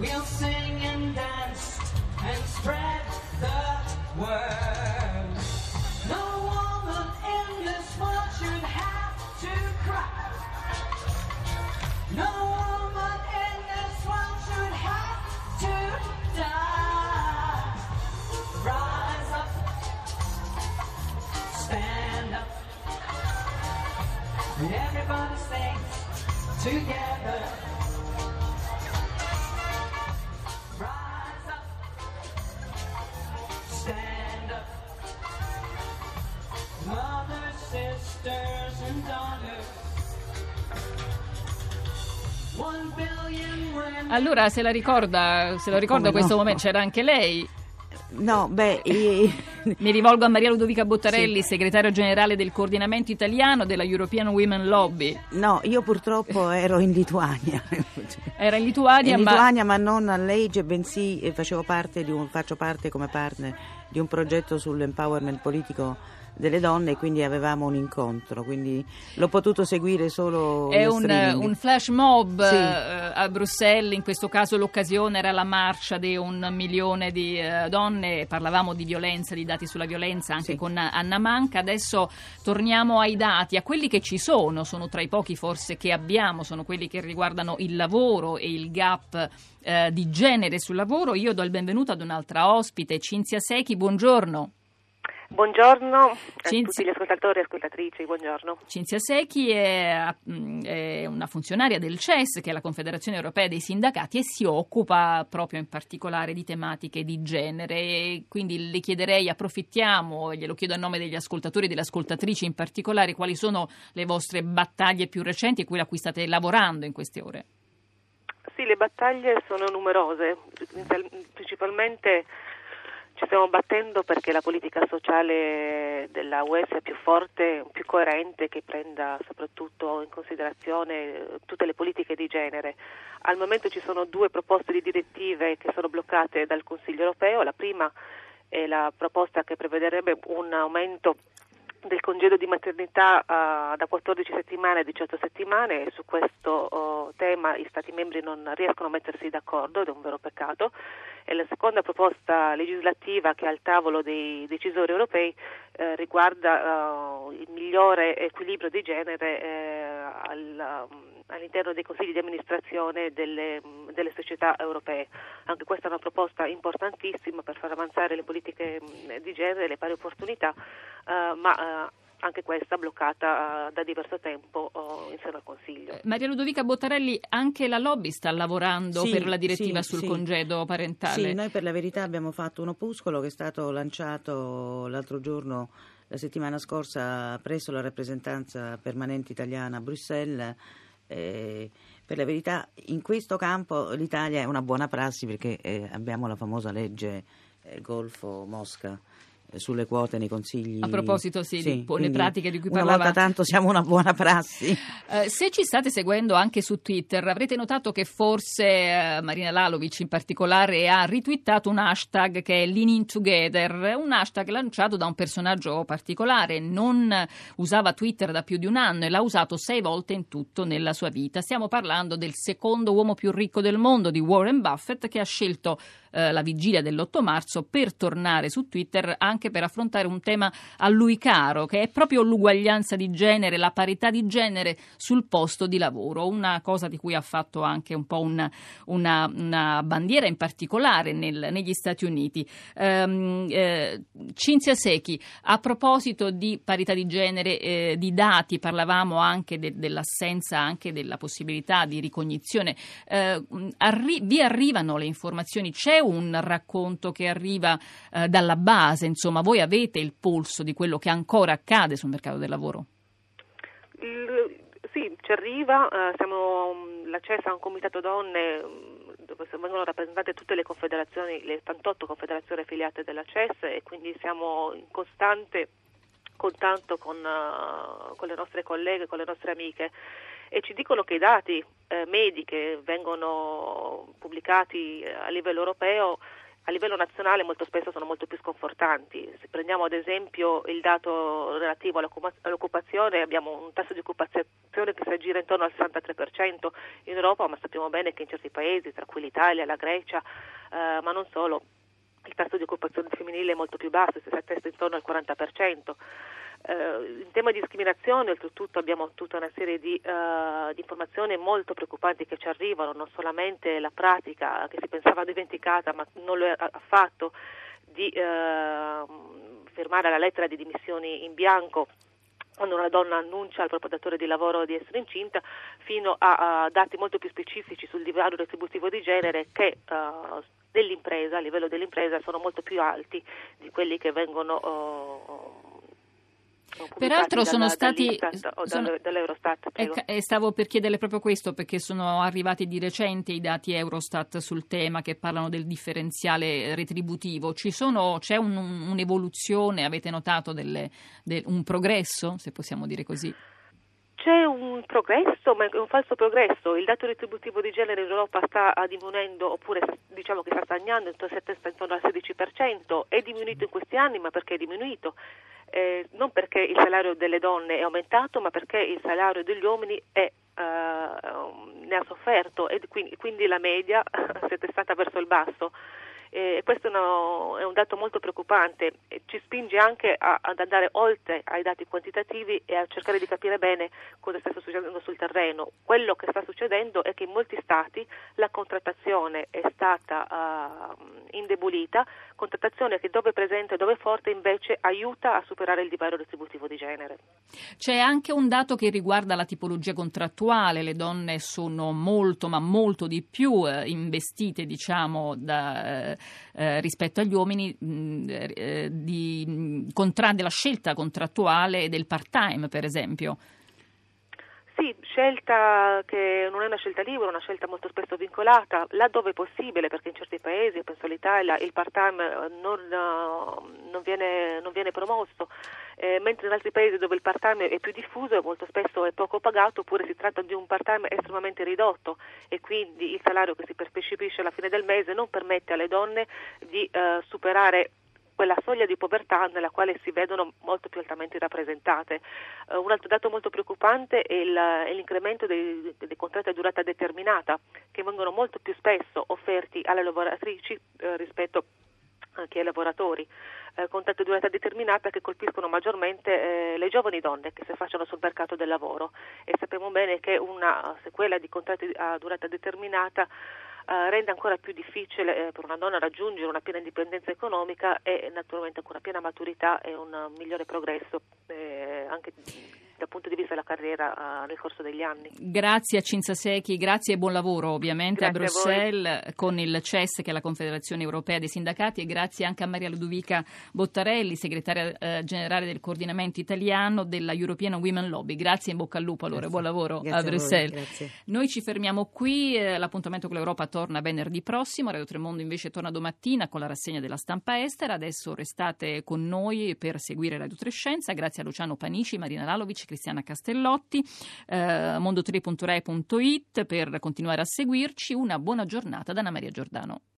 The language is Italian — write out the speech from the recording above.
we'll sing and dance and spread the word. No woman in this world should have to cry. No woman in this world should have to die. Rise up, stand up, and everybody sings together. Rise up, stand up, mothers, sisters, and daughters. Allora, se lo ricorda questo momento? C'era anche lei? No, Mi rivolgo a Maria Ludovica Bottarelli, sì, segretario generale del coordinamento italiano della European Women Lobby. No, io purtroppo ero in Lituania. Era in Lituania, ma non a legge, bensì faccio parte come partner di un progetto sull'empowerment politico delle donne, quindi avevamo un incontro, quindi l'ho potuto seguire solo è un flash mob, sì, a Bruxelles. In questo caso l'occasione era la marcia di 1 milione di donne. Parlavamo di violenza, di dati sulla violenza anche, sì, con Anna Manca. Adesso torniamo ai dati, a quelli che ci sono tra i pochi forse che abbiamo, sono quelli che riguardano il lavoro e il gap di genere sul lavoro. Io do il benvenuto ad un'altra ospite, Cinzia Secchi, buongiorno. Buongiorno a tutti gli ascoltatori e ascoltatrici, buongiorno. Cinzia Secchi è una funzionaria del CES, che è la Confederazione Europea dei Sindacati, e si occupa proprio in particolare di tematiche di genere. E quindi le chiederei, approfittiamo, glielo chiedo a nome degli ascoltatori e delle ascoltatrici in particolare, quali sono le vostre battaglie più recenti e quelle a cui state lavorando in queste ore? Sì, le battaglie sono numerose, principalmente ci stiamo battendo perché la politica sociale della UE sia più forte, più coerente, che prenda soprattutto in considerazione tutte le politiche di genere. Al momento ci sono 2 proposte di direttive che sono bloccate dal Consiglio europeo. La prima è la proposta che prevederebbe un aumento del congedo di maternità da 14 settimane a 18 settimane, e su questo tema i Stati membri non riescono a mettersi d'accordo, ed è un vero peccato. E la seconda proposta legislativa che è al tavolo dei decisori europei riguarda il migliore equilibrio di genere all'interno dei consigli di amministrazione delle società europee. Anche questa è una proposta importantissima per far avanzare le politiche di genere e le pari opportunità, ma anche questa bloccata da diverso tempo in seno al Consiglio. Maria Ludovica Bottarelli, anche la lobby sta lavorando per la direttiva sul congedo parentale. Sì, noi per la verità abbiamo fatto un opuscolo che è stato lanciato l'altro giorno, la settimana scorsa, presso la rappresentanza permanente italiana a Bruxelles. Per la verità in questo campo l'Italia è una buona prassi, perché abbiamo la famosa legge Golfo-Mosca sulle quote nei consigli. A proposito, sì, le pratiche di cui parlava. Una volta tanto siamo una buona prassi. Se ci state seguendo anche su Twitter, avrete notato che forse Marina Lalovic in particolare ha ritwittato un hashtag che è Leaning Together, un hashtag lanciato da un personaggio particolare. Non usava Twitter da più di un anno e l'ha usato 6 volte in tutto nella sua vita. Stiamo parlando del secondo uomo più ricco del mondo, di Warren Buffett, che ha scelto la vigilia dell'8 marzo per tornare su Twitter, anche per affrontare un tema a lui caro, che è proprio l'uguaglianza di genere, la parità di genere sul posto di lavoro, una cosa di cui ha fatto anche un po' una bandiera in particolare negli Stati Uniti. Cinzia Secchi, a proposito di parità di genere, di dati, parlavamo anche dell'assenza anche della possibilità di ricognizione. Vi arrivano le informazioni? C'è un racconto che arriva dalla base? Insomma, voi avete il polso di quello che ancora accade sul mercato del lavoro? Sì, ci arriva. La CES ha un comitato donne dove vengono rappresentate tutte le confederazioni, le 88 confederazioni affiliate della CES, e quindi siamo in costante contatto con le nostre colleghe, con le nostre amiche, e ci dicono che i dati medi che vengono pubblicati a livello europeo a livello nazionale molto spesso sono molto più sconfortanti. Se prendiamo ad esempio il dato relativo all'occupazione, abbiamo un tasso di occupazione che si aggira intorno al 63% in Europa, ma sappiamo bene che in certi paesi, tra cui l'Italia, la Grecia, ma non solo, il tasso di occupazione femminile è molto più basso, si attesta intorno al 40%. In tema di discriminazione, oltretutto, abbiamo tutta una serie di informazioni molto preoccupanti che ci arrivano, non solamente la pratica che si pensava dimenticata, ma non lo è affatto, di firmare la lettera di dimissioni in bianco quando una donna annuncia al proprio datore di lavoro di essere incinta, fino a dati molto più specifici sul divario retributivo di genere che dell'impresa, a livello dell'impresa, sono molto più alti di quelli che vengono peraltro sono stati dall'Eurostat. E stavo per chiederle proprio questo, perché sono arrivati di recente i dati Eurostat sul tema che parlano del differenziale retributivo. C'è un'evoluzione, avete notato un progresso, se possiamo dire così? C'è un progresso, ma è un falso progresso. Il dato retributivo di genere in Europa sta diminuendo, oppure diciamo che sta stagnando, intorno al 16%. È diminuito in questi anni, ma perché è diminuito? Non perché il salario delle donne è aumentato, ma perché il salario degli uomini ne ha sofferto, e quindi la media si è testata verso il basso. Questo è un dato molto preoccupante, ci spinge anche ad andare oltre ai dati quantitativi e a cercare di capire bene cosa sta succedendo sul terreno. Quello che sta succedendo è che in molti stati la contrattazione è stata indebolita, contrattazione che dove presente e dove forte invece aiuta a superare il divario retributivo di genere. C'è anche un dato che riguarda la tipologia contrattuale. Le donne sono molto, ma molto di più investite, diciamo, rispetto agli uomini della scelta contrattuale del part-time, per esempio. Sì, scelta che non è una scelta libera, è una scelta molto spesso vincolata, laddove possibile, perché in certi paesi, penso all'Italia, il part-time non viene promosso, mentre in altri paesi dove il part-time è più diffuso e molto spesso è poco pagato, oppure si tratta di un part-time estremamente ridotto e quindi il salario che si percepisce alla fine del mese non permette alle donne di superare quella soglia di povertà nella quale si vedono molto più altamente rappresentate. Un altro dato molto preoccupante è l'incremento dei contratti a durata determinata, che vengono molto più spesso offerti alle lavoratrici rispetto che ai lavoratori. Contratti a durata determinata che colpiscono maggiormente le giovani donne che si affacciano sul mercato del lavoro, e sappiamo bene che una sequela di contratti a durata determinata rende ancora più difficile per una donna raggiungere una piena indipendenza economica e naturalmente anche una piena maturità e un migliore progresso anche dal punto di vista della carriera nel corso degli anni. Grazie a Cinzia Secchi, grazie e buon lavoro ovviamente grazie a Bruxelles con il CES, che è la Confederazione Europea dei Sindacati, e grazie anche a Maria Ludovica Bottarelli, segretaria generale del coordinamento italiano della European Women Lobby. Grazie e in bocca al lupo, allora, buon lavoro a Bruxelles. Noi ci fermiamo qui, l'appuntamento con l'Europa torna venerdì prossimo, Radio Tremondo invece torna domattina con la rassegna della stampa estera. Adesso restate con noi per seguire Radio Trescenza. Grazie a Luciano Panici, Marina Lalovic, Cristiana Castellotti, mondo3.rai.it per continuare a seguirci. Una buona giornata da Anna Maria Giordano.